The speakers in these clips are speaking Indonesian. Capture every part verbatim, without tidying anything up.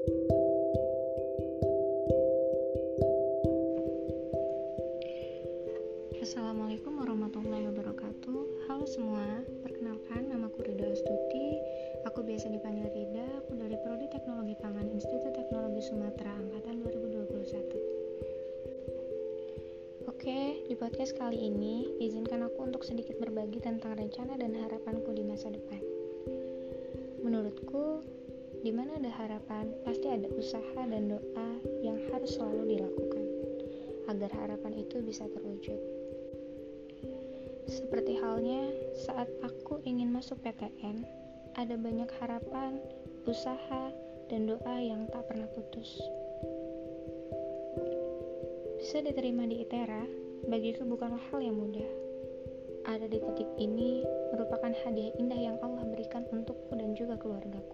Assalamualaikum warahmatullahi wabarakatuh. Halo semua, perkenalkan namaku Rida Astuti. Aku biasa dipanggil Rida. Aku dari Prodi Teknologi Pangan Institut Teknologi Sumatera Angkatan dua ribu dua puluh satu. Oke, di podcast kali ini izinkan aku untuk sedikit berbagi tentang rencana dan harapanku di masa depan. Menurutku, di mana ada harapan, pasti ada usaha dan doa yang harus selalu dilakukan agar harapan itu bisa terwujud. Seperti halnya saat aku ingin masuk P T N, ada banyak harapan, usaha, dan doa yang tak pernah putus. Bisa diterima di I T E R A, bagiku bukanlah hal yang mudah. Ada di titik ini merupakan hadiah indah yang Allah berikan untukku dan juga keluargaku.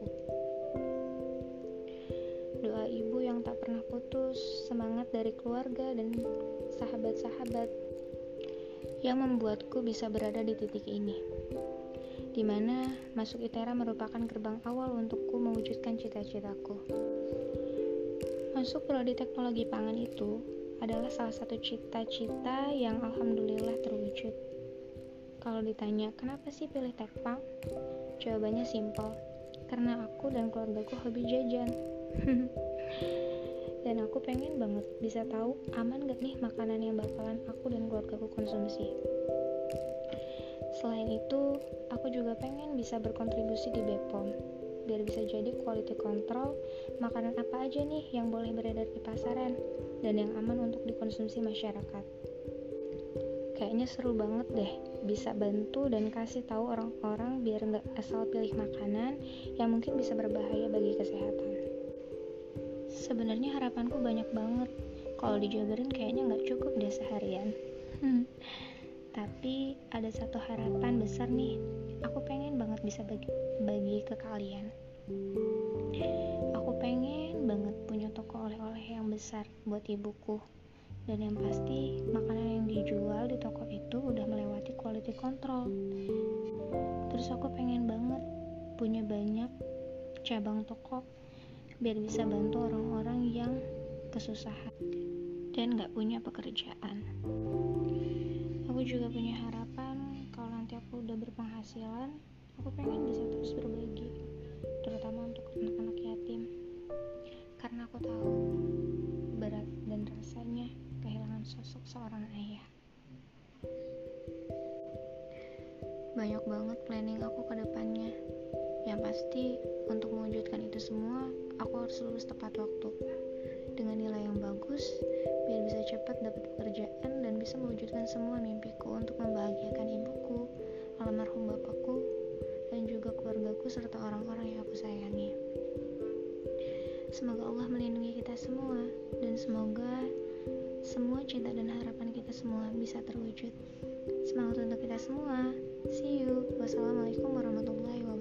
Doa ibu yang tak pernah putus, semangat dari keluarga dan sahabat-sahabat yang membuatku bisa berada di titik ini, di mana masuk I T E R A merupakan gerbang awal untukku mewujudkan cita-citaku. Masuk Prodi Teknologi Pangan itu adalah salah satu cita-cita yang alhamdulillah terwujud. Kalau ditanya kenapa sih pilih Tekpang? Jawabannya simpel, karena aku dan keluargaku hobi jajan. Dan aku pengen banget bisa tahu aman gak nih makanan yang bakalan aku dan keluargaku konsumsi. Selain itu, aku juga pengen bisa berkontribusi di B P O M, biar bisa jadi quality control makanan apa aja nih yang boleh beredar di pasaran dan yang aman untuk dikonsumsi masyarakat. Kayaknya seru banget deh bisa bantu dan kasih tahu orang-orang biar gak asal pilih makanan yang mungkin bisa berbahaya bagi kesehatan. Sebenarnya harapanku banyak banget. Kalau dijabarin kayaknya gak cukup deh seharian. Hmm. Tapi ada satu harapan besar nih. Aku pengen banget bisa bagi, bagi ke kalian. Aku pengen banget punya toko oleh-oleh yang besar buat ibuku. Dan yang pasti makanan yang dijual di toko itu udah melewati quality control. Terus aku pengen banget punya banyak cabang toko biar bisa bantu orang-orang yang kesusahan dan gak punya pekerjaan. Aku juga punya harapan kalau nanti aku udah berpenghasilan, aku pengen bisa terus berbagi, terutama untuk anak-anak yatim, karena aku tahu berat dan rasanya kehilangan sosok seorang ayah. Banyak banget planning aku ke depannya. Yang pasti untuk mewujudkan itu semua, aku harus lulus tepat waktu dengan nilai yang bagus biar bisa cepat dapat pekerjaan dan bisa mewujudkan semua mimpiku untuk membahagiakan ibuku, almarhum bapakku, dan juga keluargaku serta orang-orang yang aku sayangi. Semoga Allah melindungi kita semua dan semoga semua cinta dan harapan kita semua bisa terwujud. Semangat untuk kita semua. See you. Wassalamualaikum warahmatullahi wabarakatuh.